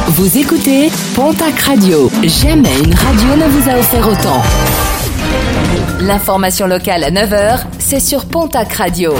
Vous écoutez Pontac Radio. Jamais une radio ne vous a offert autant. L'information locale à 9h, c'est sur Pontac Radio.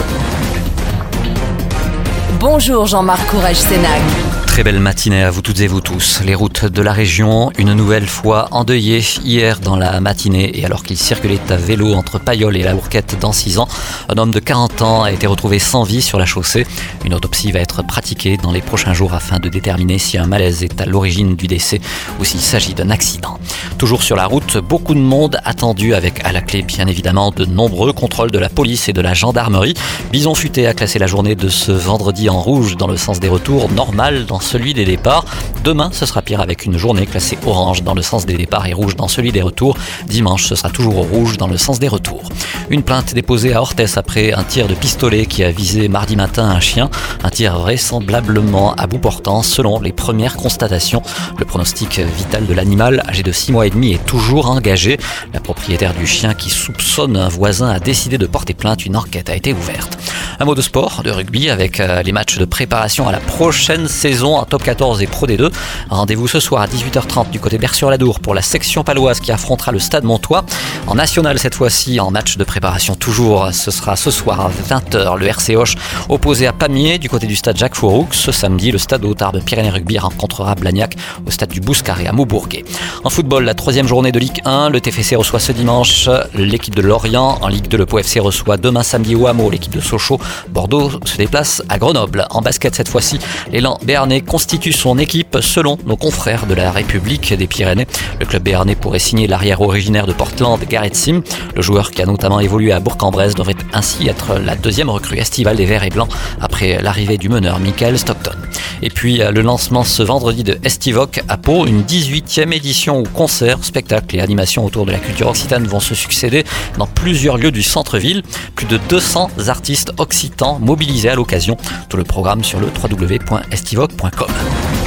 Bonjour Jean-Marc Courage-Sénac. Très belle matinée à vous toutes et vous tous. Les routes de la région, une nouvelle fois endeuillées hier dans la matinée. Et alors qu'il circulait à vélo entre Payolle et la Hourquette dans 6 ans, un homme de 40 ans a été retrouvé sans vie sur la chaussée. Une autopsie va être pratiquée dans les prochains jours afin de déterminer si un malaise est à l'origine du décès ou s'il s'agit d'un accident. Toujours sur la route, beaucoup de monde attendu avec à la clé bien évidemment de nombreux contrôles de la police et de la gendarmerie. Bison Futé a classé la journée de ce vendredi en rouge dans le sens des retours, normal dans celui des départs. Demain, ce sera pire avec une journée classée orange dans le sens des départs et rouge dans celui des retours. Dimanche, ce sera toujours au rouge dans le sens des retours. Une plainte déposée à Orthès après un tir de pistolet qui a visé mardi matin un chien. Un tir vraisemblablement à bout portant selon les premières constatations. Le pronostic vital de l'animal, âgé de 6 mois et demi, est toujours engagé. La propriétaire du chien qui soupçonne un voisin a décidé de porter plainte. Une enquête a été ouverte. Un mot de sport, de rugby avec les matchs de préparation à la prochaine saison en top 14 et Pro D2. Rendez-vous ce soir à 18h30 du côté d'Ers-sur-Ladour pour la section paloise qui affrontera le Stade Montois. En national cette fois-ci, en match de préparation toujours, ce sera ce soir à 20h le RC Auch opposé à Pamiers du côté du stade Jacques Fouroux. Ce samedi, le stade Haute-Tarbes Pyrénées Rugby rencontrera Blagnac au stade du Bouscaré à Maubourguet. En football, la 3e journée de Ligue 1, le TFC reçoit ce dimanche l'équipe de Lorient. En Ligue 2, le Pau FC reçoit demain samedi au Hameau l'équipe de Sochaux. Bordeaux se déplace à Grenoble. En basket cette fois-ci, l'élan béarnais constitue son équipe selon nos confrères de la République des Pyrénées. Le club béarnais pourrait signer l'arrière originaire de Portland, Garrett Sim. Le joueur qui a notamment évolué à Bourg-en-Bresse devrait ainsi être la 2e recrue estivale des Verts et Blancs après l'arrivée du meneur Michael Stockton. Et puis le lancement ce vendredi de Estivoc à Pau, une 18e édition où concerts, spectacles et animations autour de la culture occitane vont se succéder dans plusieurs lieux du centre-ville. Plus de 200 artistes occitans mobilisés à l'occasion. Tout le programme sur le www.estivoc.com.